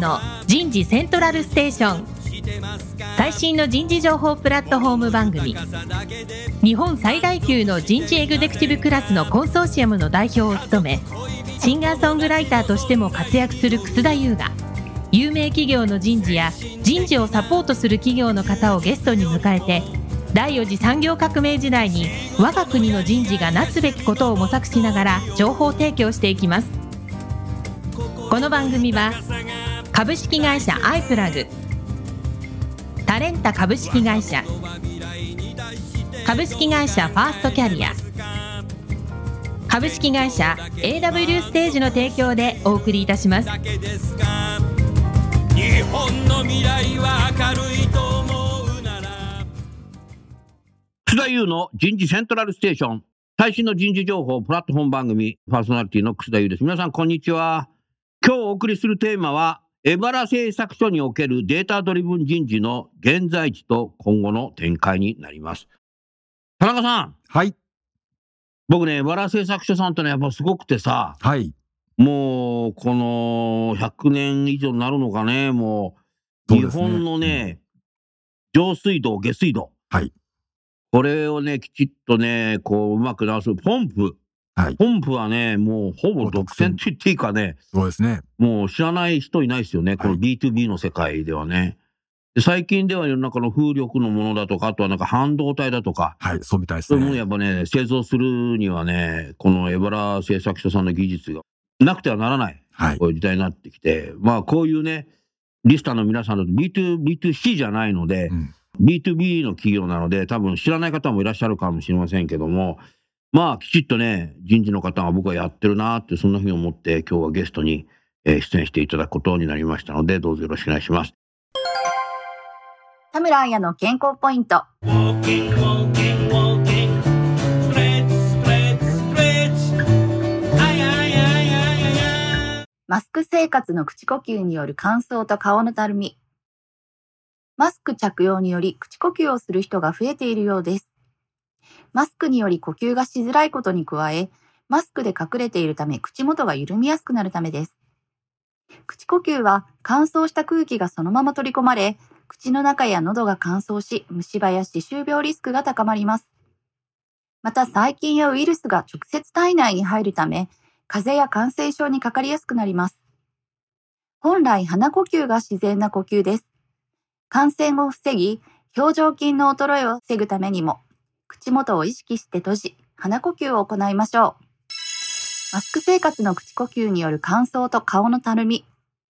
の人事セントラルステーション、最新の人事情報プラットフォーム番組。日本最大級の人事エグゼクティブクラスのコンソーシアムの代表を務め、シンガーソングライターとしても活躍する楠田優が、有名企業の人事や人事をサポートする企業の方をゲストに迎えて、第4次産業革命時代に我が国の人事がなすべきことを模索しながら情報提供していきます。この番組は株式会社アイプラグ、タレンタ株式会社、株式会社ファーストキャリア、株式会社 AW ステージの提供でお送りいたします。 日本の未来は明るいと思うなら。 楠田優の人事セントラルステーション、最新の人事情報プラットフォーム番組、パーソナリティの楠田優です。皆さんこんにちは。今日お送りするテーマは、エバラ製作所におけるデータドリブン人事の現在地と今後の展開になります。田中さん。 はい。 僕ね、エバラ製作所さんってのはやっぱすごくてさ、 はい。 もうこの100年以上になるのかね、もう日本のね、上水道、下水道、 はい、 これをねきちっとねこううまく直すポンプ、 はい、 ポンプはねもうほぼ独占って言っていいかね、 そうですね、 もう知らない人いないですよね、この B2B の世界ではね。で最近では世の中の風力のものだとか、あとはなんか半導体だとか、 はい、そうみたいですね。 そういうものやっぱね製造するにはね、このエバラ製作所さんの技術がなくてはならない、 はい、 こういう時代になってきて、まあこういうねリスターの皆さんだと B2B2C じゃないので、B2B の企業なので多分知らない方もいらっしゃるかもしれませんけども、まあきちっとね人事の方が僕はやってるなって、そんなふうに思って今日はゲストに出演していただくことになりましたので、どうぞよろしくお願いします。 田村彩の健康ポイント。マスク生活の口呼吸による乾燥と顔のたるみ。マスク着用により口呼吸をする人が増えているようです。マスクにより呼吸がしづらいことに加え、マスクで隠れているため口元が緩みやすくなるためです。口呼吸は乾燥した空気がそのまま取り込まれ、口の中や喉が乾燥し、虫歯や歯周病リスクが高まります。また細菌やウイルスが直接体内に入るため、風邪や感染症にかかりやすくなります。本来鼻呼吸が自然な呼吸です。感染を防ぎ、表情筋の衰えを防ぐためにも、口元を意識して閉じ、鼻呼吸を行いましょう。マスク生活の口呼吸による乾燥と顔のたるみ。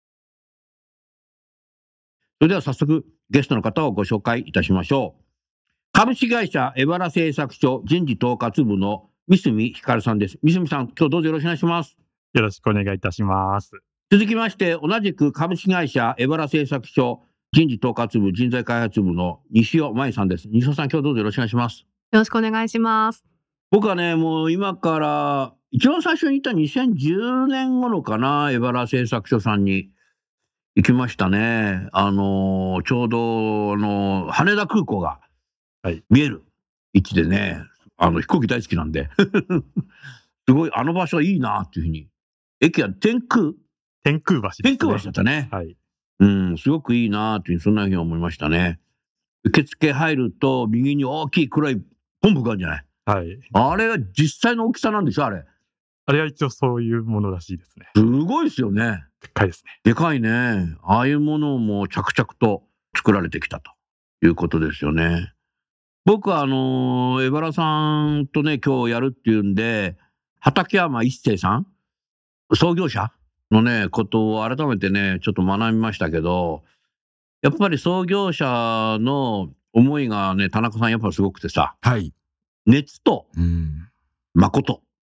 それでは早速ゲストの方をご紹介いたしましょう。株式会社エバラ製作所人事統括部の三角ひかるさんです。三角さん、今日どうぞよろしくお願いします。 よろしくお願いいたします。 続きまして同じく株式会社エバラ製作所人事統括部人材開発部の西尾真衣さんです。西尾さん、今日どうぞよろしくお願いします。 よろしくお願いします。 僕はね、もう今から一番最初に行った2010年頃かな、エバラ製作所さんに行きましたね。ちょうど羽田空港が見える位置でね、飛行機大好きなんですごいあの場所いいなっていうふうに。駅は天空橋ですね。天空橋だったね。 はい。 すごくいいなっていう、そんなふうに思いましたね。受付入ると右に大きい黒いポンプがあるんじゃない？ はい。 あれが実際の大きさなんでしょ、あれ。 あれは一応そういうものらしいですね。 すごいですよね。 でっかいですね。 でかいね。ああいうものも着々と作られてきたということですよね。僕はエバラさんとね今日やるっていうんで、畠山一生さん、創業者のねことを改めてねちょっと学びましたけど、やっぱり創業者の思いがね、田中さんやっぱりすごくてさ、 はい、 熱と誠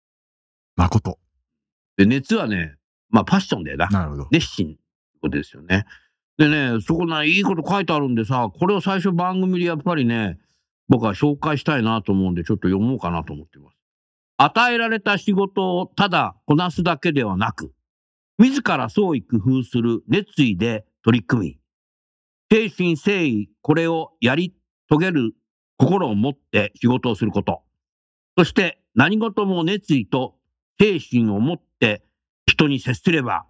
で、熱はねパッションだよな。 なるほど。 熱心ってことですよね。でね、そこいいこと書いてあるんでさ、これを最初番組でやっぱりね僕は紹介したいなと思うんで、ちょっと読もうかなと思っています。与えられた仕事をただこなすだけではなく、自ら創意工夫する熱意で取り組み、誠心誠意これをやり遂げる心を持って仕事をすること、そして何事も熱意と精神を持って人に接すれば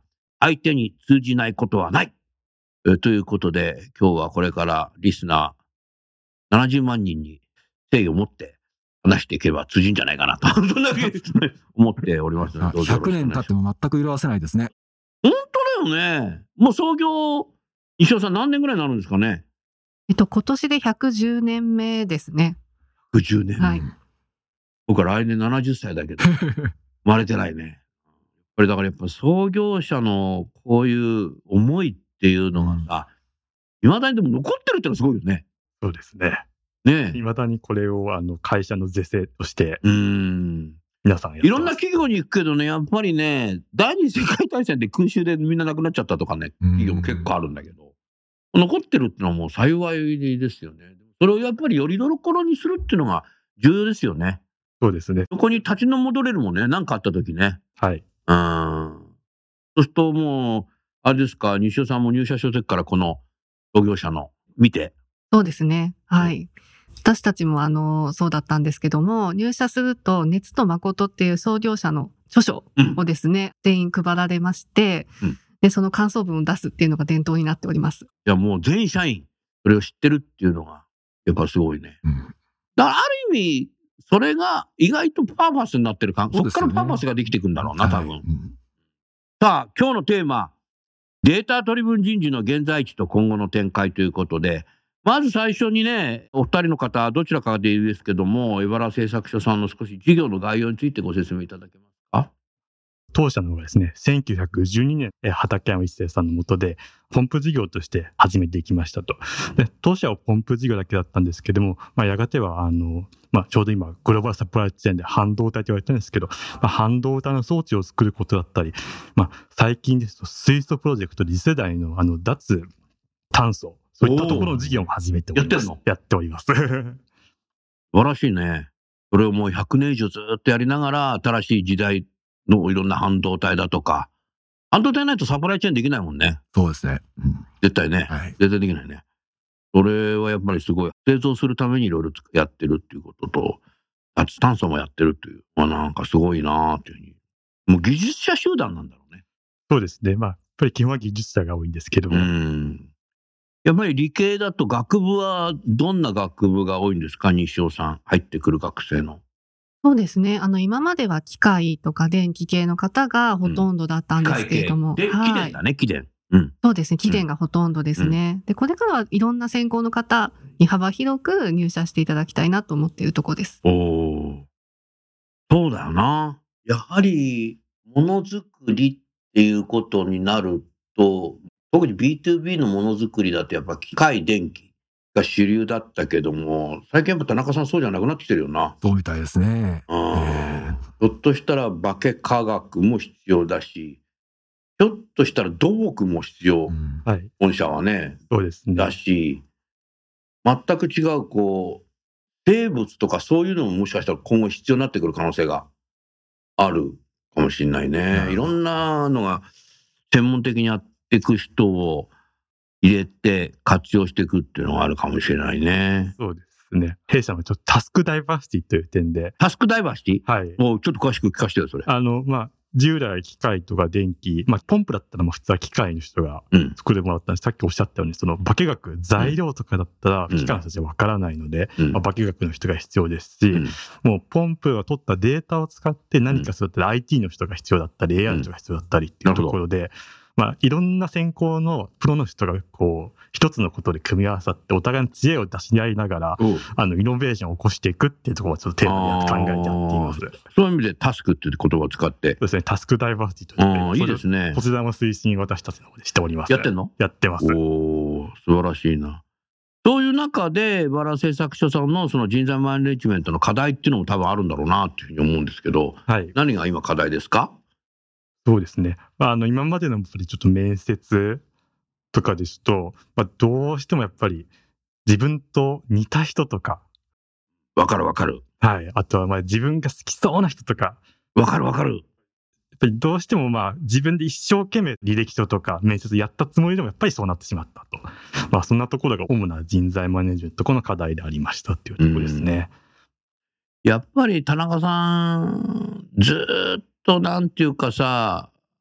相手に通じないことはない。ということで、今日はこれからリスナー70万人に誠意を持って話していけば通じんじゃないかなと、そんなふうに思っておりますので、どうぞよろしくお願いします。 100年経っても全く色褪せないですね。 本当だよね。もう創業、西尾さん何年ぐらいになるんですかね。 今年で110年目ですね。 110年。 はい。 僕は来年70歳だけど、生まれてないね。これだからやっぱ創業者のこういう思いっていうのがさ、未だにでも残ってるってのはすごいよね。 そうですね。 ねえ。 未だにこれを会社の是正として皆さんやってます。 いろんな企業に行くけどね、やっぱりね、第二次世界大戦で空襲でみんな亡くなっちゃったとかね、企業も結構あるんだけど、残ってるってのはもう幸いですよね。それをやっぱりよりどころにするっていうのが重要ですよね。 そうですね。 そこに立ち戻れるもんね、何かあった時ね。 はい。 そうするともう、あれですか、西尾さんも入社した時からこの創業者の見て。 そうですね。はい。私たちもそうだったんですけども、入社すると熱と誠っていう創業者の著書をですね、全員配られまして、で、その感想文を出すっていうのが伝統になっております。 いや、もう全社員、それを知ってるっていうのが、やっぱすごいね。だからある意味、それが意外とパーパスになってる感、そこからパーパスができていくんだろうな、多分。さあ、今日のテーマ、データドリブン人事の現在地と今後の展開ということで、まず最初にね、お二人の方、どちらかでいいですけども、江原製作所さんの少し事業の概要についてご説明いただけますか。 当社の方がですね、1912年、畠山一生さんの下で、ポンプ事業として始めていきましたと。で、当社はポンプ事業だけだったんですけども、やがては、ちょうど今、グローバルサプライチェーンで半導体と言われてるんですけど、半導体の装置を作ることだったり、最近ですと、水素プロジェクト次世代の、脱炭素、そういったところの事業も始めております。やっております。素晴らしいね。それをもう100年以上ずっとやりながら、新しい時代のいろんな半導体だとか、半導体ないとサプライチェーンできないもんね。 そうですね。 絶対ね、絶対できないね。それはやっぱりすごい、製造するためにいろいろやってるっていうことと、脱炭素もやってるっていう、なんかすごいなっていうふうに。もう技術者集団なんだろうね。 そうですね。やっぱり基本は技術者が多いんですけども。 やっぱり理系だと学部はどんな学部が多いんですか、西尾さん、入ってくる学生の。 そうですね。今までは機械とか電気系の方がほとんどだったんですけれども。 機電だね、機電。 そうですね。機電がほとんどですね。で、これからはいろんな専攻の方に幅広く入社していただきたいなと思っているところです。 そうだよな。やはり、ものづくりっていうことになると、特に B2B のものづくりだとやっぱ機械電気が主流だったけども、最近やっぱ田中さんそうじゃなくなってきてるよな。 そうみたいですね。 ひょっとしたら化学も必要だし、ひょっとしたら土木も必要。本社はね。 そうですね。 だし、全く違う生物とかそういうのももしかしたら今後必要になってくる可能性があるかもしれないね。いろんなのが専門的にやっていく人を入れて活用していくっていうのがあるかもしれないね。 そうですね。弊社のちょっとタスクダイバーシティという点で。 タスクダイバーシティ？ はい。 もうちょっと詳しく聞かせてよ、それ。 従来機械とか電気、ポンプだったら普通は機械の人が作ってもらったんです。さっきおっしゃったように、その化学、材料とかだったら機械の人たちはわからないので、化学の人が必要ですし、もうポンプが取ったデータを使って何かするったら IT の人が必要だったり、AI の人が必要だったりっていうところで、いろんな専攻のプロの人が一つのことで組み合わさってお互いの知恵を出し合いながら、イノベーションを起こしていくっていうところをちょっとテーマに考えてやっています。 そういう意味でタスクっていう言葉を使って。 そうですね、タスクダイバーシティという。 いいですね。 ポツダム推進私たちの方でしております。 やってんの？ やってます。 素晴らしいな。そういう中で、江原製作所さんのその人材マネジメントの課題っていうのも多分あるんだろうなっていうふうに思うんですけど、何が今課題ですか？ そうですね。今までのちょっと面接とかですと、どうしてもやっぱり自分と似た人とか。 わかるわかる。 はい。あとは自分が好きそうな人とか。 わかるわかる。 やっぱりどうしても自分で一生懸命履歴書とか面接やったつもりでもやっぱりそうなってしまったと。そんなところが主な人材マネジメントの課題でありましたっていうところですね。 やっぱり田中さん、ずっとなんていうかさ、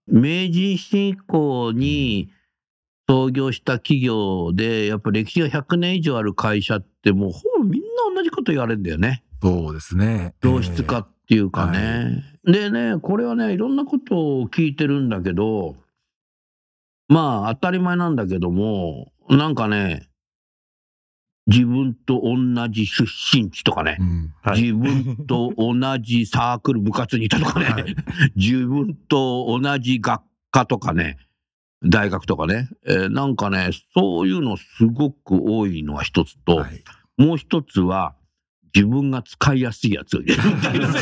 明治維新以降に創業した企業で、やっぱ歴史が100年以上ある会社ってもうほぼみんな同じこと言われるんだよね。 そうですね。 同質化っていうかね。でね、これはね、いろんなことを聞いてるんだけど、まあ当たり前なんだけども、なんかね、自分と同じ出身地とかね、自分と同じサークル部活にいたとかね、自分と同じ学科とかね、大学とかね、なんかね、そういうのすごく多いのが一つと、もう一つは自分が使いやすいやつを入れるみたいな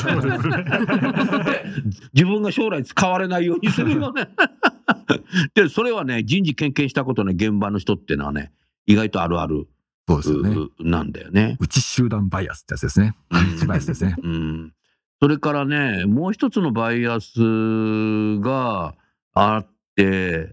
自分が将来使われないようにするよねで、それはね、人事経験したことね、現場の人っていうのはね、意外とあるあるそうですね。 なんだよね。 内集団バイアスってやつですね。内バイアスですね。 それからね、もう一つのバイアスがあって、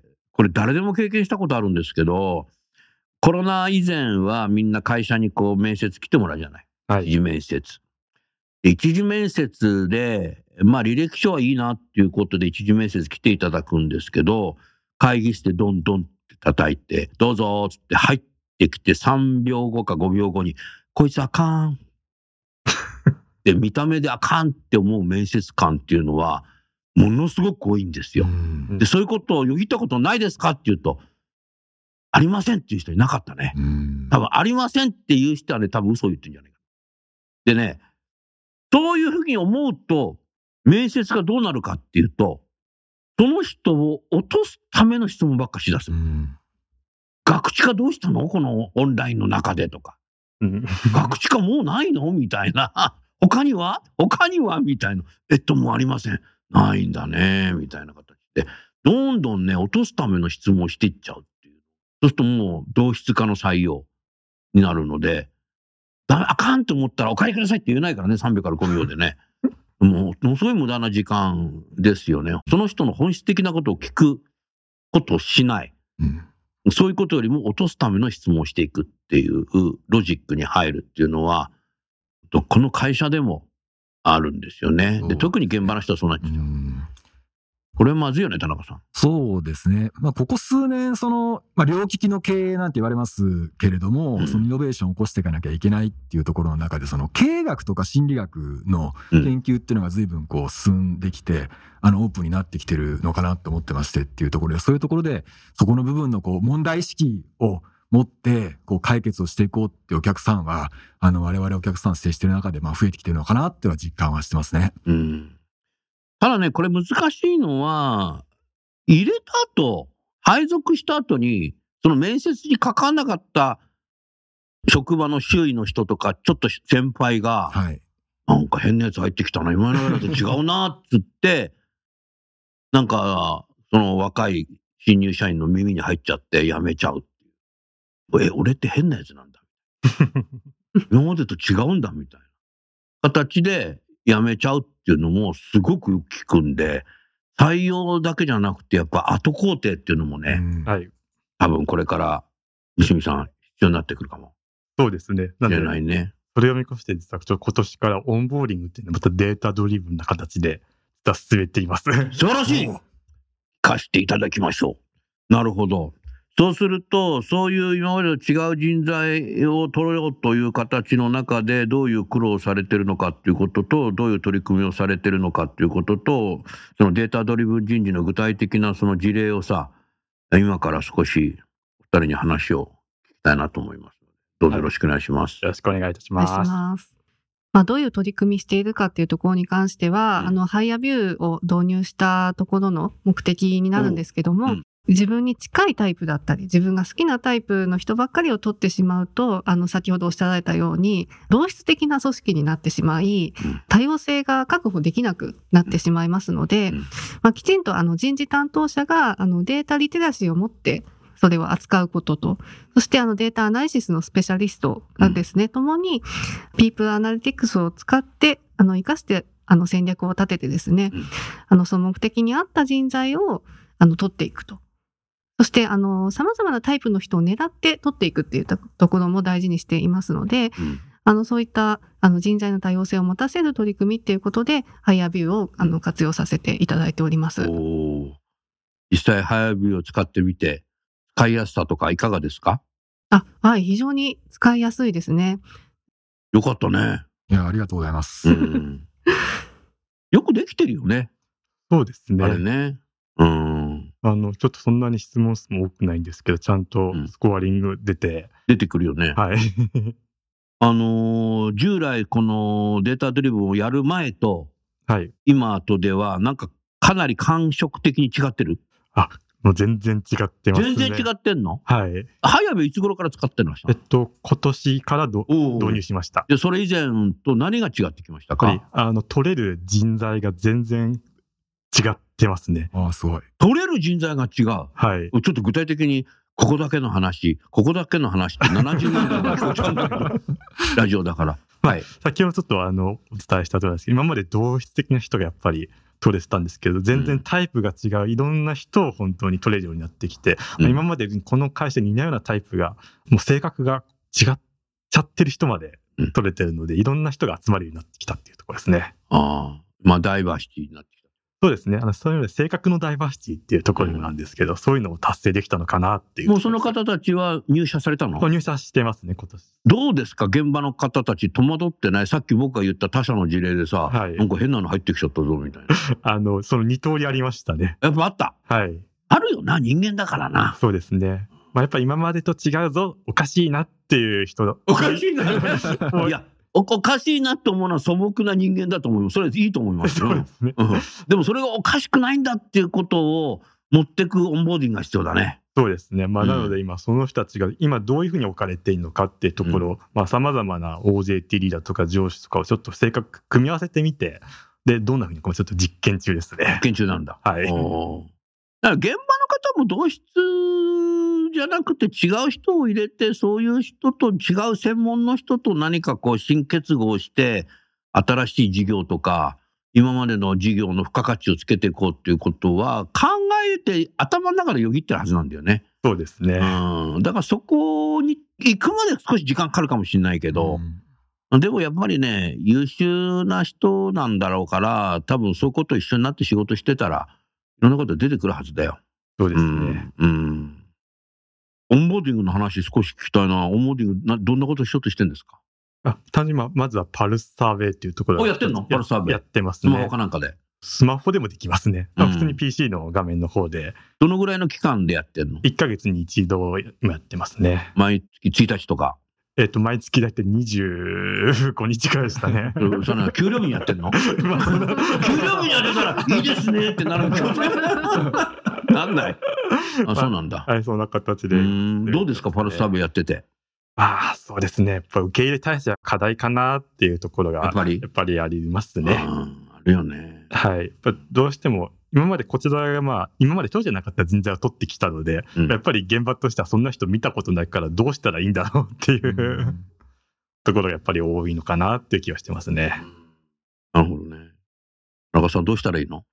これ誰でも経験したことあるんですけど、コロナ以前はみんな会社にこう面接来てもらうじゃない。一次面接。一次面接で、まあ履歴書はいいなっていうことで一次面接来ていただくんですけど、会議室でドンドンって叩いて、どうぞーって入ってきて3秒後か5秒後に、こいつあかん。で、見た目であかんって思う面接官っていうのは、ものすごく多いんですよ。で、そういうことをよぎったことないですかって言うと、ありませんっていう人いなかったね。多分ありませんっていう人はね、多分嘘を言ってるんじゃないか。でね、そういうふうに思うと、面接がどうなるかっていうと、その人を落とすための質問ばっかしだす。学知化どうしたのこのオンラインの中でとか。学知化もうないのみたいな。他にはみたいな。もうありません。ないんだね。みたいな形で。どんどんね、落とすための質問をしていっちゃうっていう。そうするともう同質化の採用になるので、あかんと思ったらお帰りくださいって言えないからね、3秒から5秒でね。ものすごい無駄な時間ですよね。その人の本質的なことを聞くことをしない。そういうことよりも落とすための質問をしていくっていうロジックに入るっていうのは、この会社でもあるんですよね。で、特に現場の人はそうなんですよ。これはまずいよね、田中さん。 そうですね。ここ数年、両利きの経営なんて言われますけれども、そのイノベーションを起こしていかなきゃいけないっていうところの中で、経営学とか心理学の研究っていうのが随分進んできて、オープンになってきてるのかなと思ってましてっていうところで、そういうところで、そこの部分の問題意識を持って解決をしていこうってお客さんは、我々お客さん接してる中で増えてきてるのかなっていうのは実感はしてますね。 ただね、これ難しいのは、入れた後、配属した後に、その面接にかかんなかった職場の周囲の人とか、ちょっと先輩が、なんか変なやつ入ってきたな、今のやつと違うな、っつって、なんか、その若い新入社員の耳に入っちゃって辞めちゃうっていう。俺って変なやつなんだ。今までと違うんだ、みたいな形で、やめちゃうっていうのもすごく聞くんで、採用だけじゃなくてやっぱ後工程っていうのもね、多分これから西見さん必要になってくるかも。 そうですね。 なんでないね。 それを見越して実は今年からオンボーディングっていうのはまたデータドリブンな形で進めています。 素晴らしい。聞かせていただきましょう。なるほど。そうすると、そういう今までと違う人材を取ろうという形の中で、どういう苦労をされているのかということと、どういう取り組みをされているのかということと、そのデータドリブン人事の具体的なその事例をさ、今から少しお二人に話を聞きたいなと思います。どうぞよろしくお願いします。 よろしくお願いいたします。 どういう取り組みしているかっていうところに関しては、ハイヤービューを導入したところの目的になるんですけども、自分に近いタイプだったり、自分が好きなタイプの人ばっかりを取ってしまうと、先ほどおっしゃられたように、同質的な組織になってしまい、多様性が確保できなくなってしまいますので、きちんと人事担当者がデータリテラシーを持って、それを扱うことと、そしてデータアナリシスのスペシャリストがですね、共に、ピープルアナリティクスを使って、活かして、戦略を立ててですね、その目的に合った人材を、取っていくと。そして、様々なタイプの人を狙って取っていくっていうところも大事にしていますので、そういった、人材の多様性を持たせる取り組みっていうことで、ハイヤービューを、活用させていただいております。 実際早指を使ってみて、使いやすさとかいかがですか？ はい、非常に使いやすいですね。 よかったね。 いや、ありがとうございます。 よくできてるよね。 そうですね。 あれね。 ちょっとそんなに質問数も多くないんですけど、ちゃんとスコアリング出てくるよね。 はい。 従来このデータドリブンをやる前と、 はい、 今とではなんかかなり感触的に違ってる？ もう全然違ってますね。 全然違ってんの？ はい。 早部いつ頃から使ってました？ 今年から導入しました。 で、それ以前と何が違ってきましたか？ 取れる人材が全然違ってますね。 すごい。 取れる人材が違う。 はい。 ちょっと具体的にここだけの話って70年代の聞こえちゃうんだけどラジオだから。はい。 先ほどちょっとお伝えしたとおりですけど、今まで同質的な人がやっぱり取れてたんですけど、全然タイプが違ういろんな人を本当に取れるようになってきて、今までこの会社に似たようなタイプがもう性格が違っちゃってる人まで取れてるので、いろんな人が集まるようになってきたっていうところですね。 ダイバーシティになってきた。 そうですね。そういう意味で性格のダイバーシティっていうところなんですけど、そういうのを達成できたのかなっていう。 もうその方たちは入社されたの？ 入社してますね、今年。 どうですか、現場の方たち戸惑ってない？さっき僕が言った他社の事例でさ、なんか変なの入ってきちゃったぞみたいな。その2通りありましたね。 やっぱあった？ はい。 あるよな、人間だからな。 そうですね。やっぱり今までと違うぞ、おかしいなっていう人。 おかしいな。いや。おかしいなと思うのは素朴な人間だと思います。それいいと思いますよ。 そうですね。 でもそれがおかしくないんだっていうことを持ってくオンボーディングが必要だね。 そうですね。なので今その人たちが今どういうふうに置かれているのかっていうところ、様々な OJT リーダーとか上司とかをちょっと性格組み合わせてみて、でどんなふうにちょっと実験中ですね。 実験中なんだ。 はい。 だから現場の方も同質じゃなくて違う人を入れて、そういう人と違う専門の人と何か新結合して新しい事業とか今までの事業の付加価値をつけていこうっていうことは考えて頭の中でよぎってるはずなんだよね。 そうですね。 だからそこに行くまで少し時間かかるかもしれないけど、でもやっぱりね、優秀な人なんだろうから、多分そういうこと一緒になって仕事してたらいろんなこと出てくるはずだよ。 そうですね。 オンボーディングの話少し聞きたいな。オンボーディングどんなことしようとしてるんですか？ 単純にまずはパルスサーベイっていうところやってんの？パルスサーベイやってますね。 スマホかなんかで。 スマホでもできますね。普通に PC の画面の方で。 どのぐらいの期間でやってんの？ 1 ヶ月に一度やってますね。 毎月1日とか。 毎月だいたい25日くらいでしたね。 その給料日にやってんの？給料日にやってたらいいですねってなるけどなんない。そうなんだ。 はい、そんな形で。 どうですか、パルスサーベイやってて。 そうですね。やっぱ受け入れ体制は課題かなっていうところがやっぱりありますね。 あるよね。 はい。どうしても今までこちらが今までそうじゃなかった人材を取ってきたので、やっぱり現場としてはそんな人見たことないからどうしたらいいんだろうっていうところがやっぱり多いのかなっていう気はしてますね。 なるほどね。中さんどうしたらいいの？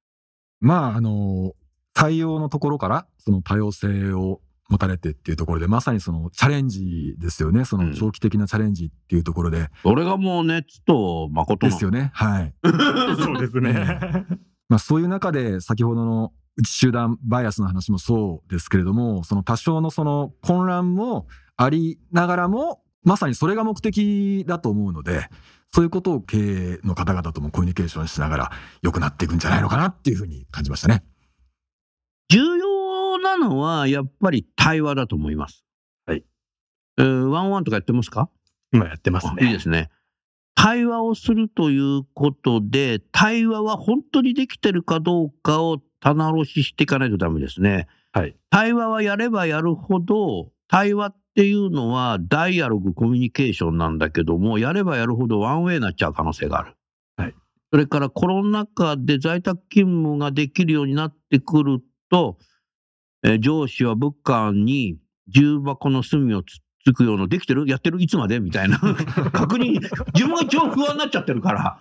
採用のところからその多様性を持たれてっていうところで、まさにそのチャレンジですよね。その長期的なチャレンジっていうところで。 俺がもう熱と誠ですよね。はい。 そうですね。 そういう中で先ほどの内集団バイアスの話もそうですけれども、その多少のその混乱もありながらも、まさにそれが目的だと思うので、そういうことを経営の方々ともコミュニケーションしながら良くなっていくんじゃないのかなっていうふうに感じましたね。 重要なのはやっぱり対話だと思います。 はい。 1-on-1とかやってますか？ 今やってますね。 いいですね。対話をするということで、対話は本当にできてるかどうかを棚卸ししていかないとダメですね。 はい。 対話はやればやるほど、対話っていうのはダイアログコミュニケーションなんだけども、やればやるほどワンウェイになっちゃう可能性がある。 はい。 それからコロナ禍で在宅勤務ができるようになってくると、上司は部下に重箱の隅をつくような、できてる？やってる？いつまで？みたいな確認、自分が超不安になっちゃってるから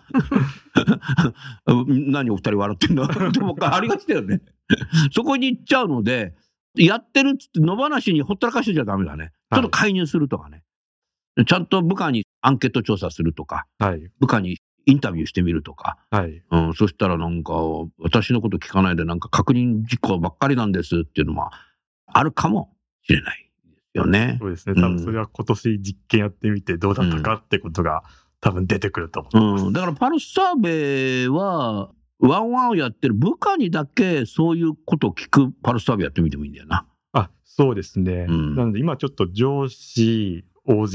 何お二人笑ってんだでもありがちだよねそこに行っちゃうので、やってるっつって野放しにほったらかしてちゃダメだね。ちょっと介入するとかね、ちゃんと部下にアンケート調査するとか、 はい、 部下にインタビューしてみるとか、そしたらなんか私のこと聞かないでなんか確認事項ばっかりなんですっていうのもあるかもしれないですよね。 そうですね。多分それは今年実験やってみてどうだったかってことが多分出てくると思います。 だからパルスサーベイはワンワンをやってる部下にだけそういうことを聞くパルスサーベイやってみてもいいんだよな。 そうですね。なので今ちょっと上司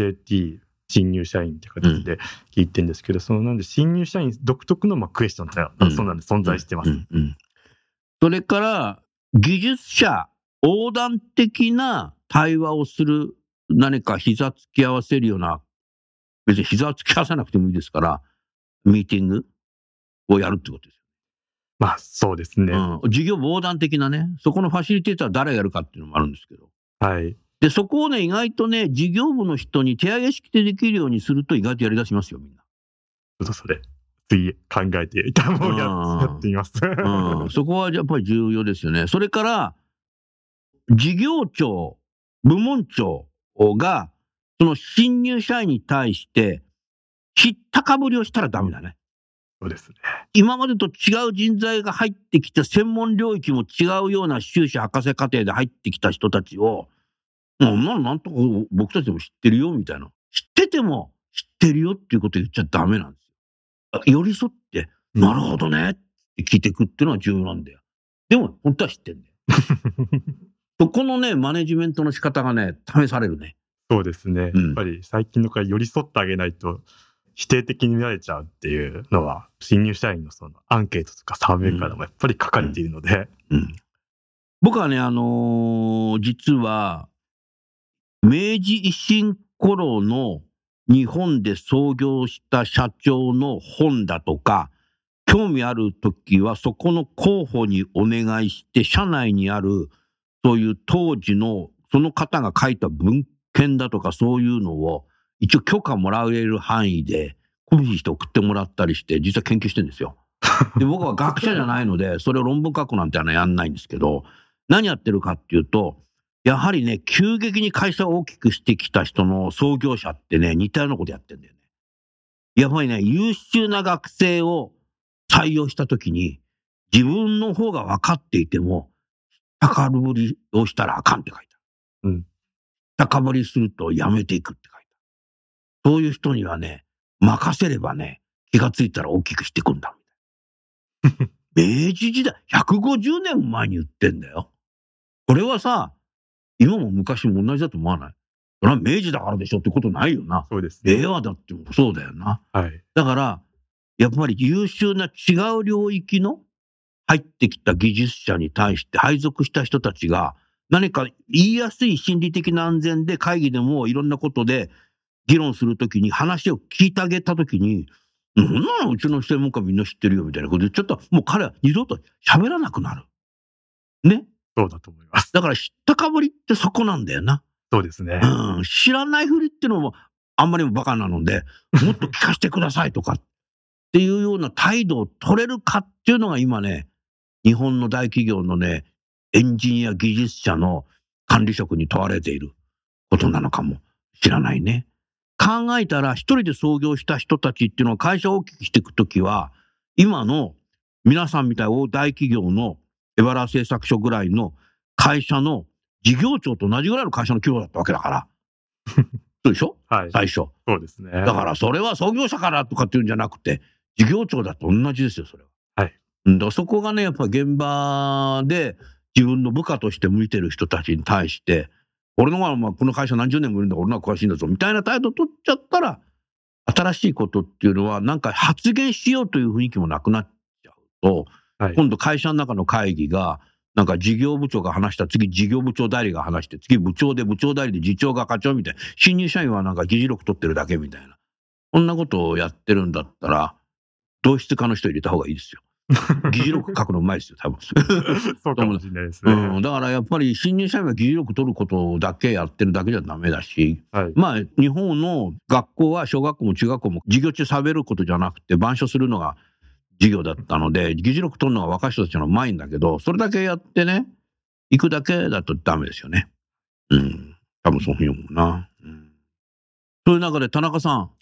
OJT 新入社員って形で聞いてるんですけど、なんで新入社員独特のクエスチョンがそうなんで存在してます。 それから技術者横断的な対話をする、何か膝突き合わせるような、別に膝を突き合わせなくてもいいですからミーティングをやるってことです。 そうですね。 事業部横断的なね、そこのファシリテーター誰がやるかっていうのもあるんですけど。で、そこをね、意外とね、事業部の人に手上げ式でできるようにすると意外とやり出しますよ、みんな。 それ、次考えていたものをやってみます。 そこはやっぱり重要ですよね。それから、事業長、部門長が、その新入社員に対して、知ったかぶりをしたらダメだね。 そうですね。 今までと違う人材が入ってきて、専門領域も違うような修士博士課程で入ってきた人たちを、なんとか僕たちでも知ってるよみたいな。知ってても知ってるよっていうことを言っちゃダメなんですよ。寄り添って、なるほどねって聞いていくっていうのは重要なんだよ。でも本当は知ってんだよ。そこのね、マネジメントの仕方がね、試されるね。 そうですね。やっぱり最近のから寄り添ってあげないと、否定的に見られちゃうっていうのは新入社員のそのアンケートとかサーベイからもやっぱり書かれているので、 僕はね実は明治維新頃の日本で創業した社長の本だとか興味あるときはそこの候補にお願いして社内にあるそういう当時のその方が書いた文献だとかそういうのを一応許可もらえる範囲でコピーして送ってもらったりして実は研究してるんですよ。で僕は学者じゃないのでそれを論文書くなんてのはやんないんですけど、何やってるかっていうとやはりね急激に会社を大きくしてきた人の創業者ってね似たようなことやってるんだよね。やっぱりね優秀な学生を採用した時に自分の方が分かっていても高ぶりをしたらあかんって書いてある。高ぶりするとやめていくって書いてある。そういう人にはね任せればね気がついたら大きくしていくんだみたいな。明治時代150年も前に言ってんだよ。これはさ今も昔も同じだと思わない？それは明治だからでしょってことないよな。 そうですね。 令和だってもそうだよな。 はい。 だからやっぱり優秀な違う領域の入ってきた技術者に対して配属した人たちが何か言いやすい心理的な安全で会議でもいろんなことで議論するときに話を聞いてあげたときにそんなのうちの専門家みんな知ってるよみたいなことでちょっともう彼は二度と喋らなくなるね。 そうだと思います。 だから知ったかぶりってそこなんだよな。 そうですね。 知らないふりってのもあんまりもバカなのでもっと聞かせてくださいとかっていうような態度を取れるかっていうのが今ね日本の大企業のねエンジニア技術者の管理職に問われていることなのかもしれないね。考えたら一人で創業した人たちっていうのは会社を大きくしていくときは今の皆さんみたいな大企業のエバラ製作所ぐらいの会社の事業長と同じぐらいの会社の規模だったわけだからそうでしょ、 はい、 最初。 そうですね。 だからそれは創業者からとかっていうんじゃなくて事業長だと同じですよそれは。 はい。 だからそこがねやっぱり現場で自分の部下として向いてる人たちに対して俺の方がこの会社何十年もいるんだ俺の方が詳しいんだぞみたいな態度を取っちゃったら新しいことっていうのはなんか発言しようという雰囲気もなくなっちゃうと、はい、今度会社の中の会議がなんか事業部長が話した次事業部長代理が話して次部長で部長代理で次長が課長みたいな新入社員はなんか議事録取ってるだけみたいなこんなことをやってるんだったら同室課の人入れた方がいいですよ。議事録書くのうまいですよ多分。 そうかもしれないですね。 だからやっぱり新入社員は議事録取ることだけやってるだけじゃダメだし、 はい、 まあ日本の学校は小学校も中学校も授業中喋ることじゃなくて板書するのが授業だったので議事録取るのが若い人たちのうまいんだけどそれだけやってね行くだけだとダメですよね。多分そういうふうに思うな。そういう中で田中さん、 はい、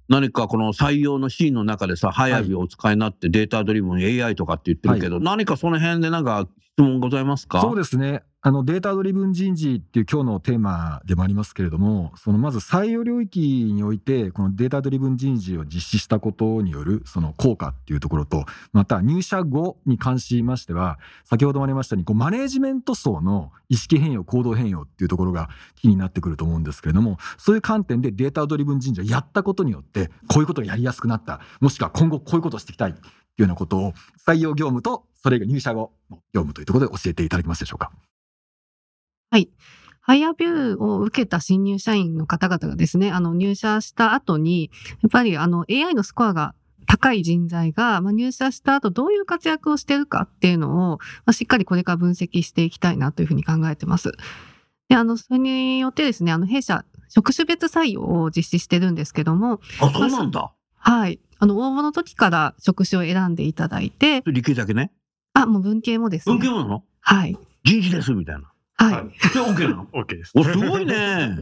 何かこの採用のシーンの中でさ、ハイアビをお使いになってデータドリブン AI とかって言ってるけど、何かその辺でなんか質問ございますか？ そうですね。データドリブン人事っていう今日のテーマでもありますけれども、そのまず採用領域においてこのデータドリブン人事を実施したことによるその効果っていうところと、また入社後に関しましては、先ほどもありましたようにマネージメント層の意識変容、行動変容っていうところがキーになってくると思うんですけれども、そういう観点でデータドリブン人事をやったことによってこういうことがやりやすくなった、もしくは今後こういうことをしていきたいっていうようなことを採用業務とそれが入社後の業務というところで教えていただけますでしょうか？ はい。ハイアビューを受けた新入社員の方々がですね、入社した後に、やっぱりAI のスコアが高い人材が、入社した後どういう活躍をしているかっていうのを、しっかりこれから分析していきたいなというふうに考えてます。で、それによってですね、弊社、職種別採用を実施してるんですけども。 あ、そうなんだ。 はい。応募の時から職種を選んでいただいて。 理系だけね。 もう文系もですね。 文系もなの？ はい。 人事ですみたいな。 はい。 で、OK なの？ OK です。 お、すごいね。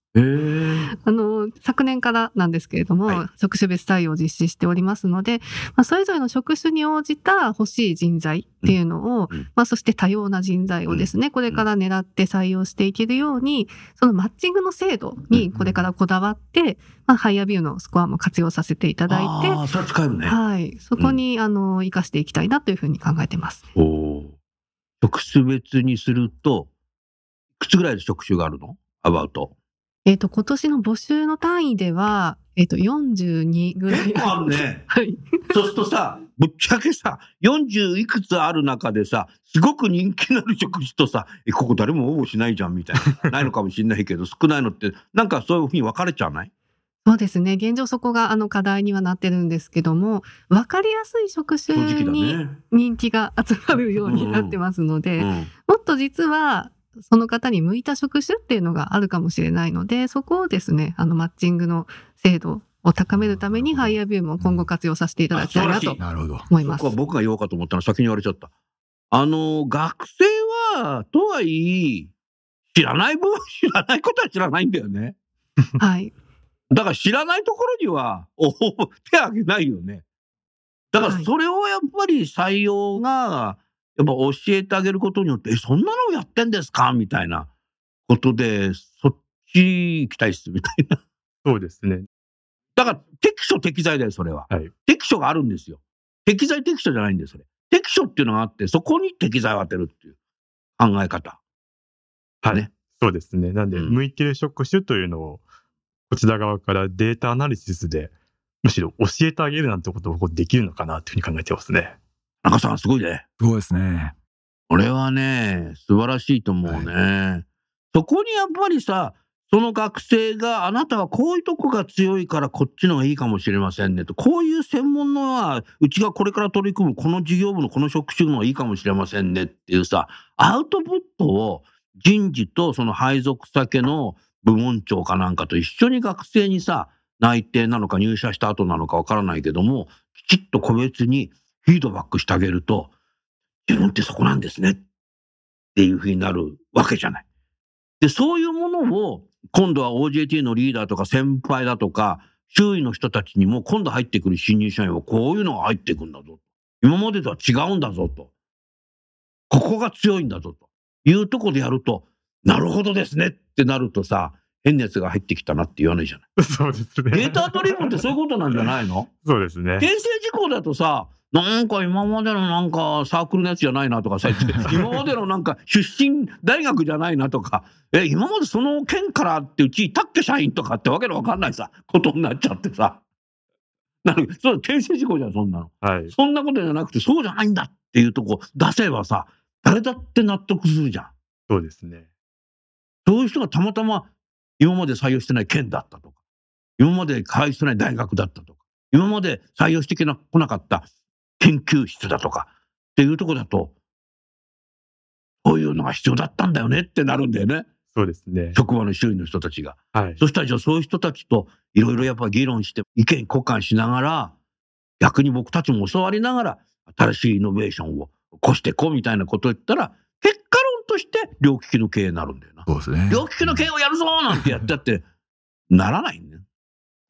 昨年からなんですけれども、職種別採用を実施しておりますので、それぞれの職種に応じた欲しい人材っていうのを、そして多様な人材をですね、これから狙って採用していけるように、そのマッチングの制度にこれからこだわって、ハイアビューのスコアも活用させていただいて、 それは使えるね。 はい。そこに、活かしていきたいなというふうに考えてます。 職種別にすると、いくつぐらいで職種があるの？アバウト。 今年の募集の単位では、42ぐらい。 結構あるね。 はい。 そうするとさ、ぶっちゃけさ、40いくつある中でさ、すごく人気のある職種とさ、ここ誰も応募しないじゃんみたいな。ないのかもしれないけど、少ないのって、なんかそういうふうに分かれちゃわない？ そうですね。現状そこが課題にはなってるんですけども、分かりやすい職種に人気が集まるようになってますので、もっと実は、その方に向いた職種っていうのがあるかもしれないので、そこをですね、マッチングの精度を高めるためにハイアビューも今後活用させていただきたいなと思います。 そこは僕が言おうかと思ったの先に言われちゃった。学生は、とはいえ、知らないことは知らないんだよね。 はい。 だから知らないところには、手を挙げないよね。だからそれをやっぱり採用が、やっぱ教えてあげることによって、そんなのやってんですかみたいなことで、そっち行きたいっすみたいな。 そうですね。 だから適所適材だよ、それは。 はい、 適所があるんですよ。適材適所じゃないんです、それ。適所っていうのがあって、そこに適材を当てるっていう考え方。 はい。ね、そうですね。なんで、向いてる職種というのを、こちら側からデータアナリシスで、むしろ教えてあげるなんてことをできるのかなというふうに考えてますね。 中さんすごいね。 すごいですね。 これはね、素晴らしいと思うね。そこにやっぱりさ、その学生があなたはこういうとこが強いからこっちの方がいいかもしれませんねと、こういう専門のはうちがこれから取り組むこの事業部のこの職種の方がいいかもしれませんねっていうさ、アウトプットを人事とその配属先の部門長かなんかと一緒に学生にさ、内定なのか入社した後なのかわからないけども、きちっと個別にフィードバックしてあげると、自分ってそこなんですねっていうふうになるわけじゃない。で、そういうものを今度は OJT のリーダーとか先輩だとか周囲の人たちにも今度入ってくる新入社員はこういうのが入ってくるんだぞ。今までとは違うんだぞと。ここが強いんだぞというところでやると、なるほどですねってなるとさ、変なやつが入ってきたなって言わないじゃない。 そうですね。 データドリブンってそういうことなんじゃないの？ そうですね。 訂正事項だとさ、なんか今までのなんかサークルのやつじゃないなとかさ、今までのなんか出身大学じゃないなとか、今までその県からってうちいたっけ社員とかってわけのわかんないさ、ことになっちゃってさ。そう訂正事項じゃん、そんなの。 はい。 そんなことじゃなくて、そうじゃないんだっていうとこ出せばさ、誰だって納得するじゃん。 そうですね。 そういう人がたまたま今まで採用してない県だったとか、今まで採用してない大学だったとか、今まで採用してこなかった研究室だとかっていうところだと、そういうのが必要だったんだよねってなるんだよね。 そうですね。 職場の周囲の人たちが。 はい。 そしたらじゃあそういう人たちといろいろやっぱ議論して意見交換しながら、逆に僕たちも教わりながら新しいイノベーションを起こしていこうみたいなことを言ったら、結果論として両利きの経営になるんだよな。 そうですね。 両利きの経営をやるぞなんてやったってならないんだよ。多分。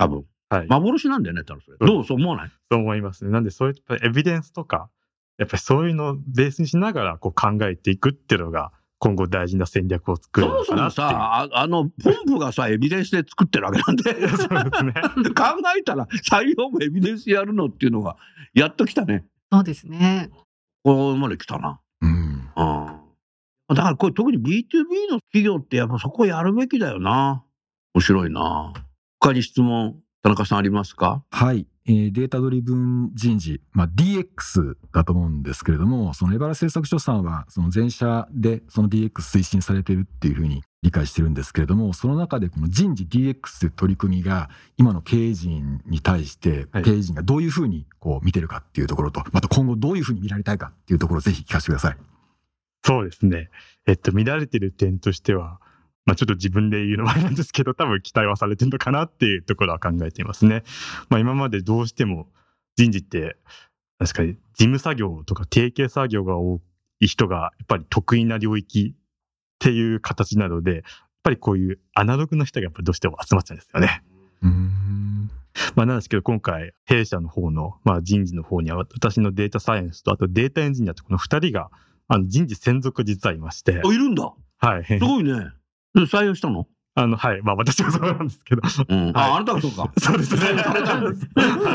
はい。 幻なんだよね、多分それ。どうそう思わない？ そう思いますね。なんでそういったエビデンスとか、やっぱりそういうのをベースにしながらこう考えていくっていうのが、今後大事な戦略を作るのかなっていう。 そもそもさ、ポンプがさ、エビデンスで作ってるわけなんで。 そうですね。 考えたら、採用もエビデンスやるのっていうのが、やっと来たね。 そうですね。 ここまで来たな。だからこれ特に B2B の企業ってやっぱそこやるべきだよな。面白いな。他に質問、田中さんありますか？ はい。データドリブン人事、DX だと思うんですけれども、その江原製作所さんは、その全社でその DX 推進されているっていうふうに理解してるんですけれども、その中でこの人事 DX という取り組みが、今の経営陣に対して、経営陣がどういうふうにこう見てるかっていうところと、また今後どういうふうに見られたいかっていうところをぜひ聞かせてください。 そうですね。見られてる点としては、ちょっと自分で言うのもあれなんですけど、多分期待はされてるのかなっていうところは考えていますね。今までどうしても人事って、確かに事務作業とか定型作業が多い人がやっぱり得意な領域っていう形なので、やっぱりこういうアナログの人がやっぱりどうしても集まっちゃうんですよね。なんですけど、今回弊社の方の、人事の方には私のデータサイエンスとあとデータエンジニアとこの2人が人事専属実はいまして。 いるんだ。 はい。すごいね。採用したの？ はい。私はそうなんですけど。 あなたがそうか。 そうですね。されたんです。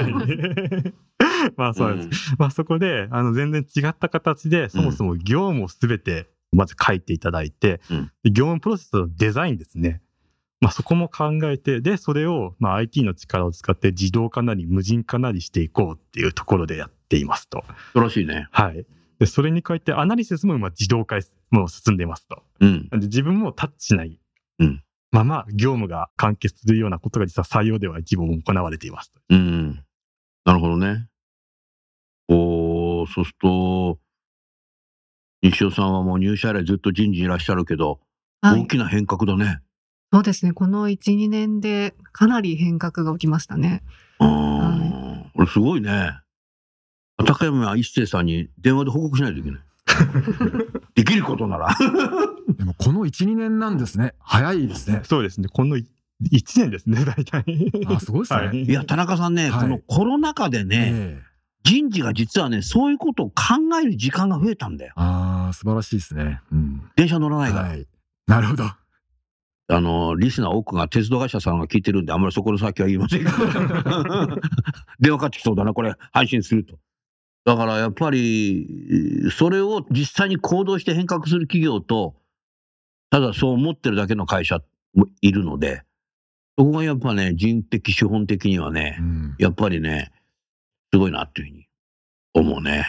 はい。そうです。そこで、全然違った形で、そもそも業務をすべて、まず書いていただいて、業務プロセスのデザインですね。そこも考えて、で、それを、IT の力を使って自動化なり無人化なりしていこうっていうところでやっていますと。 素晴らしいね。 はい。で、それに加えてアナリシスも自動化も進んでいますと。で自分もタッチしないまま業務が完結するようなことが実は採用では一部行われていますと。 なるほどね。そうすると、西尾さんはもう入社以来ずっと人事にいらっしゃるけど、大きな変革だね。 そうですね。この1、2年でかなり変革が起きましたね。 これすごいね。高山一生さんに電話で報告しないといけない。できることなら。 でもこの1、2年なんですね。早いですね。 そうですね。この1年ですね、大体。 すごいですね。 いや、田中さんね、このコロナ禍でね、人事が実はね、そういうことを考える時間が増えたんだよ。 素晴らしいですね。 電車乗らないから。 なるほど。 リスナー多くが鉄道会社さんが聞いてるんで、あんまりそこの先は言いませんけど。電話かかってきそうだな、これ、配信すると。だからやっぱり、それを実際に行動して変革する企業と、ただそう思ってるだけの会社もいるので、そこがやっぱね、人的、資本的にはね、やっぱりね、すごいなっていうふうに思うね。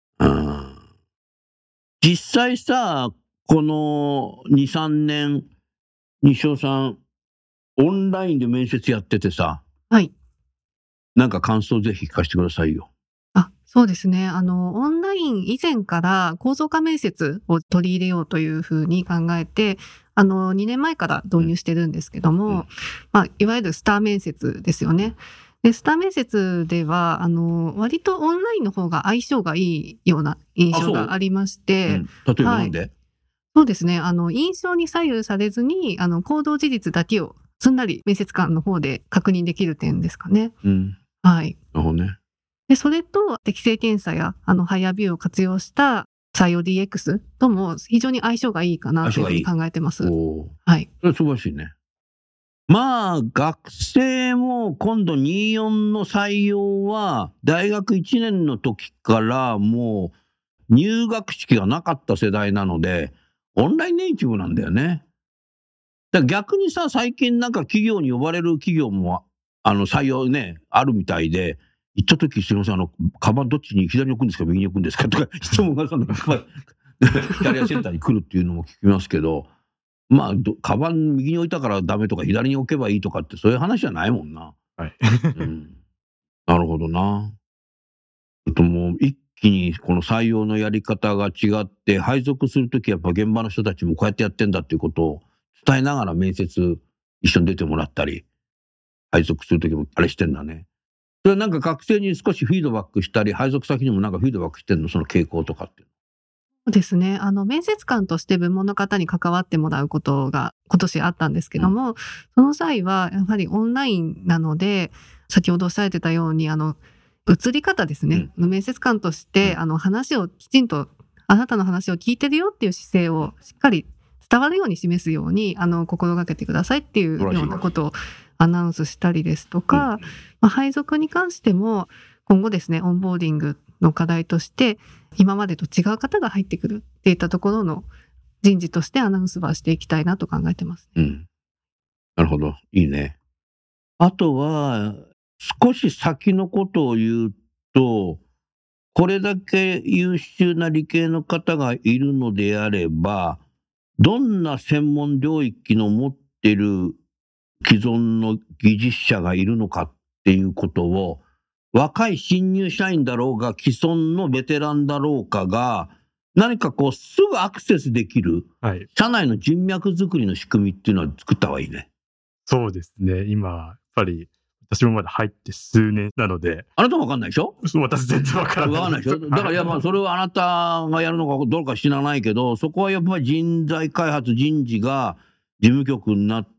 実際さ、この2、3年、西尾さん、オンラインで面接やっててさ、なんか感想ぜひ聞かせてくださいよ。 そうですね。オンライン以前から構造化面接を取り入れようというふうに考えて、2年前から導入してるんですけども、いわゆるスター面接ですよね。で、スター面接では、割とオンラインの方が相性がいいような印象がありまして、 例えばなんで？ そうですね。印象に左右されずに、行動事実だけをすんなり面接官の方で確認できる点ですかね。 なるほどね。 で、それと適正検査や、ハイヤービューを活用した採用 DX とも非常に相性がいいかなというふうに考えてます。 それ素晴らしいね。学生も今度24の採用は、大学1年の時からもう入学式がなかった世代なので、オンラインネイティブなんだよね。だから逆にさ、最近なんか企業に呼ばれる企業も、採用ね、あるみたいで、行った時すみません、カバンどっちに左に置くんですか、右に置くんですかとか質問がキャリアセンターに来るっていうのも聞きますけど、カバン右に置いたからダメとか左に置けばいいとかってそういう話じゃないもんな。なるほどな。もう一気にこの採用のやり方が違って、配属するときやっぱ現場の人たちもこうやってやってんだっていうことを伝えながら面接一緒に出てもらったり、配属するときもあれしてんだね。それはなんか学生に少しフィードバックしたり、配属先にもなんかフィードバックしてんの、その傾向とかって。 そうですね。面接官として部門の方に関わってもらうことが今年あったんですけども、その際はやはりオンラインなので、 先ほどおっしゃられてたように、映り方ですね。面接官として、話をきちんと、あなたの話を聞いてるよっていう姿勢をしっかり伝わるように示すように、心がけてくださいっていうようなことをアナウンスしたりですとか、配属に関しても、今後ですね、オンボーディングの課題として、今までと違う方が入ってくるっていったところの人事としてアナウンスはしていきたいなと考えてます。 なるほど。いいね。あとは、少し先のことを言うと、これだけ優秀な理系の方がいるのであれば、どんな専門領域の持っている既存の技術者がいるのかっていうことを、若い新入社員だろうが、既存のベテランだろうかが、何かこうすぐアクセスできる、社内の人脈作りの仕組みっていうのは作った方がいいね。 そうですね。今、やっぱり、私もまだ入って数年なので。 あなたも分かんないでしょ？ 私全然分からない。 分かんないでしょ？だからまあそれはあなたがやるのかどうか知らないけど、そこはやっぱり人材開発人事が事務局になって、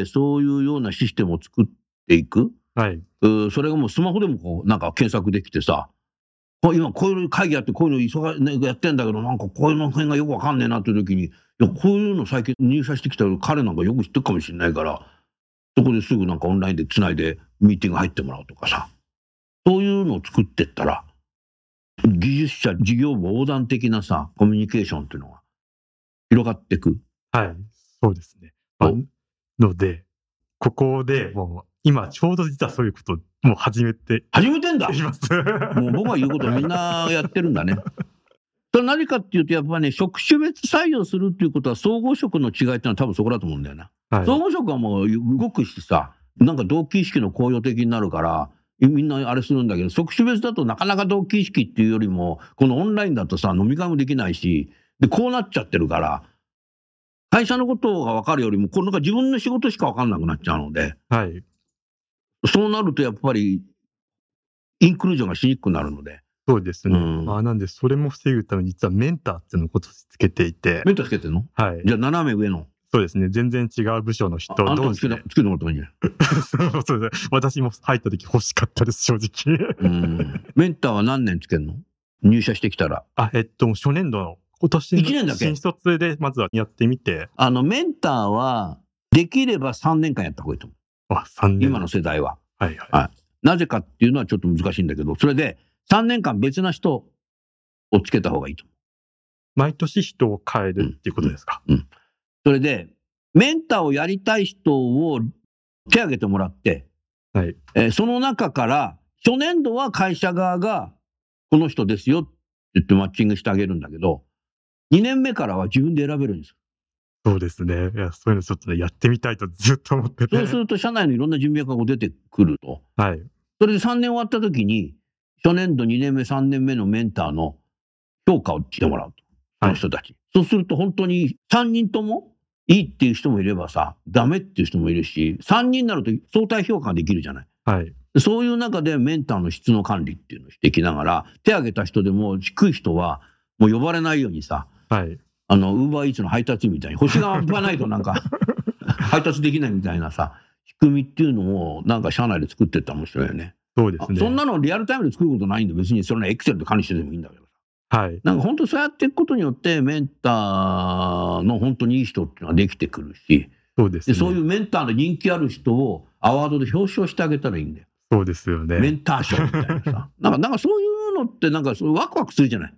そういうようなシステムを作っていく。それがもうスマホでもこうなんか検索できてさ、今こういう会議やってこういうのやってんだけど、なんかこういうの辺がよく分かんねえなっていう時に、いやこういうの最近入社してきた彼なんかよく知ってるかもしれないから、そこですぐなんかオンラインでつないでミーティング入ってもらうとかさ、そういうのを作ってったら、技術者事業部横断的なさコミュニケーションっていうのが広がっていく。 そうですね。のでここでもう今ちょうど実はそういうことをもう始めてんだ。 もう僕が言うことみんなやってるんだね。それ何かっていうと、やっぱりね、職種別採用するっていうことは総合職の違いっていうのは多分そこだと思うんだよな。総合職はもう動くしさ、なんか同期意識の公用的になるからみんなあれするんだけど、職種別だとなかなか同期意識っていうよりも、このオンラインだとさ飲み会もできないし、でこうなっちゃってるから、会社のことが分かるよりもなんか自分の仕事しか分かんなくなっちゃうので、そうなるとやっぱりインクルージョンがしにくくなるので。 そうですね。なんでそれも防ぐために実はメンターっていうのをことつけていて。 メンターつけてんの？じゃあ斜め上の。 そうですね。全然違う部署の人同士で。つけてもらった方がいいんじゃない？ そうです。私も入った時欲しかったです、正直。 メンターは何年つけるの？入社してきたら。 初年度の今年 1年だけ新卒でまずはやってみて。 メンターはできれば3年間やった方がいいと思う。 3年。 今の世代は。なぜかっていうのはちょっと難しいんだけど、それで3年間別な人をつけた方がいいと思う。 毎年人を変えるっていうことですか？ それでメンターをやりたい人を手挙げてもらって、その中から初年度は会社側がこの人ですよって言ってマッチングしてあげるんだけど、2年目からは自分で選べるんですよ。 そうですね。いや、そういうのちょっとね、やってみたいとずっと思ってて。 そうすると社内のいろんな人脈が出てくると。それで3年終わった時に初年度2年目3年目のメンターの評価をしてもらうと、その人たち。そうすると本当に3人ともいいっていう人もいればさ、ダメっていう人もいるし、3人になると相対評価ができるじゃない。そういう中でメンターの質の管理っていうのをしていきながら、手挙げた人でも低い人はもう呼ばれないようにさ、ウーバーイーツの配達みたいに星が半端ないとなんか配達できないみたいなさ仕組みっていうのをなんか社内で作っていったら面白いよね。 そうですね。 そんなのリアルタイムで作ることないんで、別にそれはエクセルで管理してでもいいんだけどさ、 なんか本当そうやっていくことによってメンターの本当にいい人っていうのができてくるし、 そうですね。 でそういうメンターの人気ある人をアワードで表彰してあげたらいいんだよ。 そうですよね。 メンター賞みたいなさなんかそういうのってなんかそうワクワクするじゃない。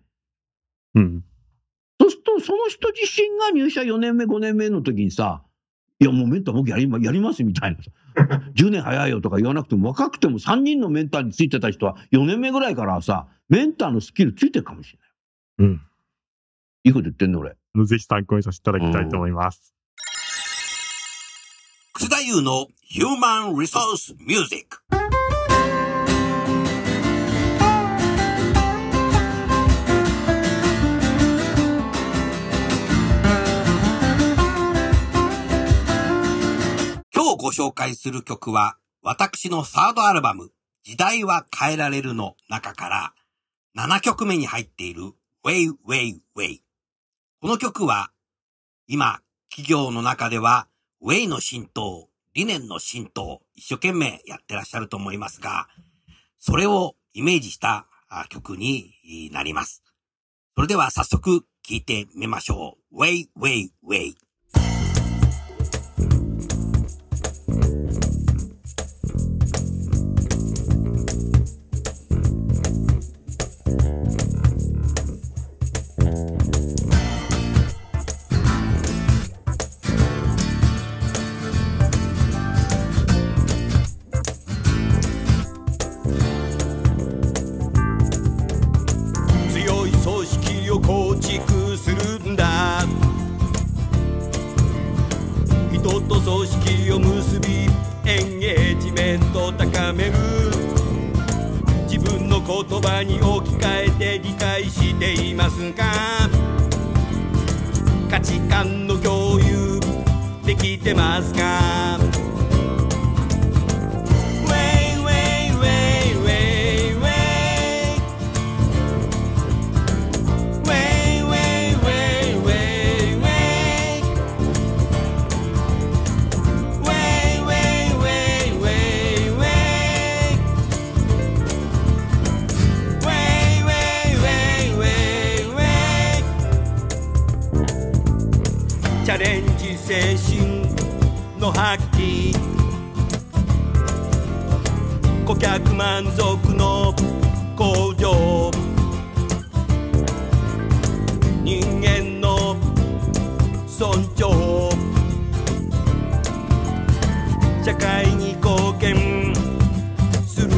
そうするとその人自身が入社4年目5年目の時にさ、いやもうメンター僕やりますみたいなさ10年早いよとか言わなくても、若くても3人のメンターについてた人は4年目ぐらいからさメンターのスキルついてるかもしれない。いいこと言ってんの俺。 ぜひ参考にさせていただきたいと思います。 楠田優のヒューマンリソースミュージック。今日ご紹介する曲は、私のサードアルバム、時代は変えられるの中から7曲目に入っている Way Way Way。この曲は今企業の中では Way の浸透、 理念の浸透、一生懸命やってらっしゃると思いますが、それをイメージした曲になります。それでは早速聴いてみましょう。ウェイウェイウェイ。 構築するんだ。人と組織を結びエンゲージメントを高める。自分の言葉に置き換えて理解していますか。価値観の共有できてますか。チャレンジ精神の発揮、顧客満足の向上、人間の尊重、社会に貢献する。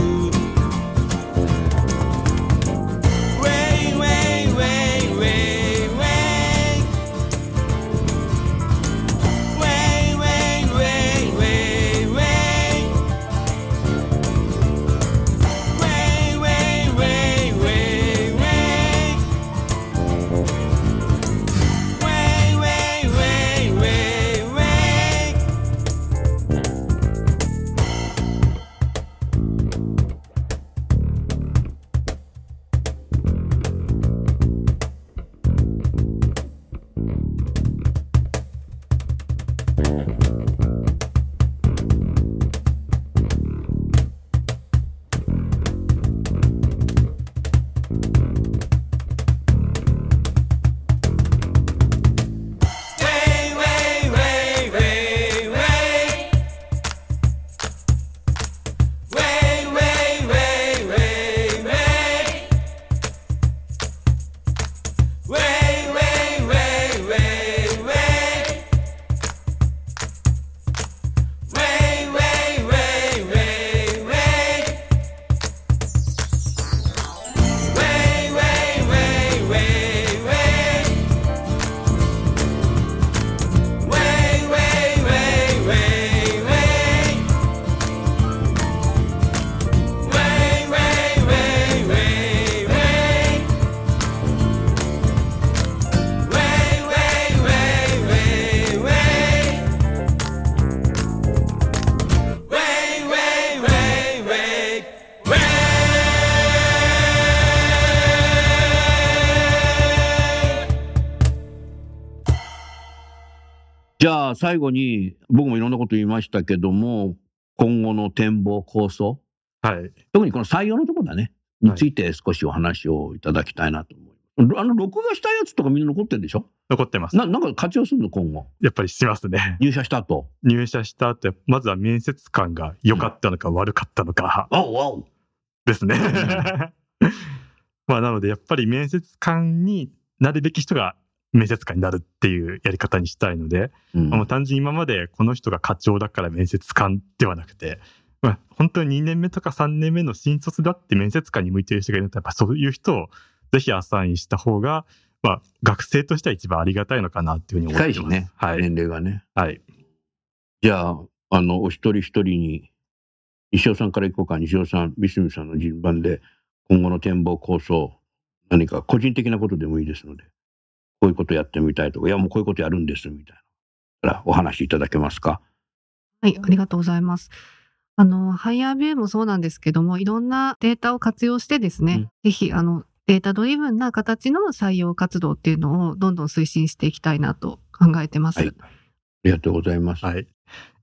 じゃあ最後に僕もいろんなこと言いましたけども、今後の展望構想、 はい、 特にこの採用のところだねについて少しお話をいただきたいなと思います。録画したやつとかみんな残ってるんでしょ？ 残ってます。 なんか活用するの今後？やっぱりしますね。 入社した後まずは面接官が良かったのか悪かったのか、ですね。まあなのでやっぱり面接官になるべき人が面接官になるっていうやり方にしたいので、もう単純に今までこの人が課長だから面接官ではなくて、本当に2年目とか3年目の新卒だって面接官に向いてる人がいると、やっぱそういう人をぜひアサインした方が、学生としては一番ありがたいのかなっていうふうに思ってます。 近いしね、はい、年齢がね。 はい。 じゃあ、お一人一人に、西尾さんからいこうか。西尾さん、三角さんの順番で、今後の展望構想、何か個人的なことでもいいですので、こういうことやってみたいとか、いやもうこういうことやるんですみたいなからお話いただけますか？ はい、ありがとうございます。ハイヤービューもそうなんですけども、いろんなデータを活用してですね、ぜひデータドリブンな形の採用活動っていうのをどんどん推進していきたいなと考えてます。 はい、ありがとうございます。 はい。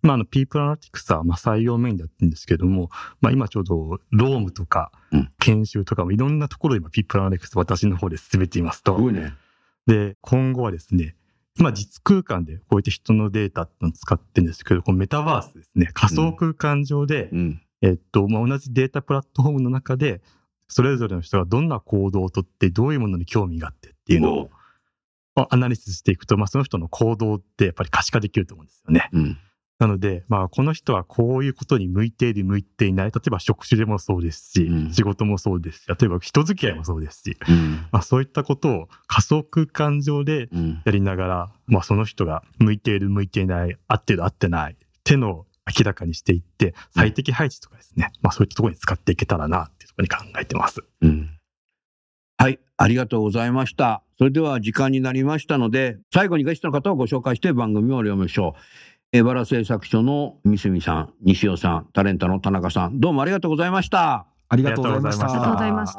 ピープルアナリティクスは採用メインでやってるんですけども、今ちょうどロームとか研修とかもいろんなところでピープルアナリティクス私の方で進めていますと。 すごいね。 で、今後はですね、今実空間でこういった人のデータってのを使ってるんですけど、このメタバースですね、仮想空間上で、同じデータプラットフォームの中で、それぞれの人がどんな行動をとってどういうものに興味があってっていうのをアナリシスしていくと、その人の行動ってやっぱり可視化できると思うんですよね。なので、この人はこういうことに向いている向いていない、例えば職種でもそうですし、仕事もそうですし、例えば人付き合いもそうですし、そういったことを仮想空間上でやりながら、その人が向いている向いていない、合ってる合ってないっていうのを明らかにしていって、最適配置とかですね、そういったところに使っていけたらなっていうところに考えてます。 はい、ありがとうございました。それでは時間になりましたので、最後にゲストの方をご紹介して番組を終わりましょう。バラ製作所の三角さん、西尾さん、タレンタの田中さん、どうもありがとうございました。 ありがとうございました。 ありがとうございました。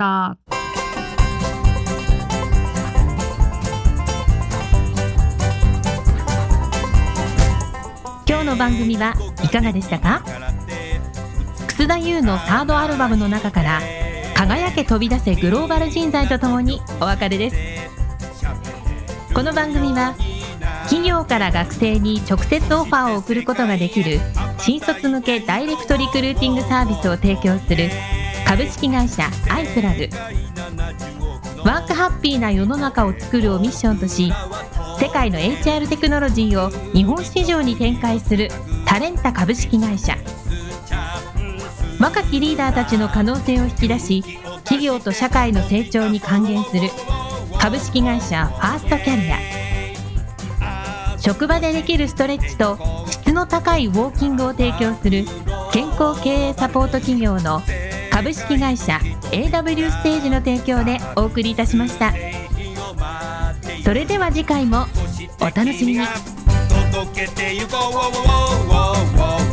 今日の番組はいかがでしたか？楠田優のサードアルバムの中から輝け飛び出せグローバル人材とともにお別れです。この番組は企業から学生に直接オファーを送ることができる新卒向けダイレクトリクルーティングサービスを提供する株式会社アイプラグ、ワークハッピーな世の中を作るをミッションとし、世界の HR テクノロジーを日本市場に展開するタレンタ株式会社、若きリーダーたちの可能性を引き出し、企業と社会の成長に還元する株式会社ファーストキャリア、職場でできるストレッチと質の高いウォーキングを提供する健康経営サポート企業の株式会社 AW ステージの提供でお送りいたしました。それでは次回もお楽しみに。届けてゆこう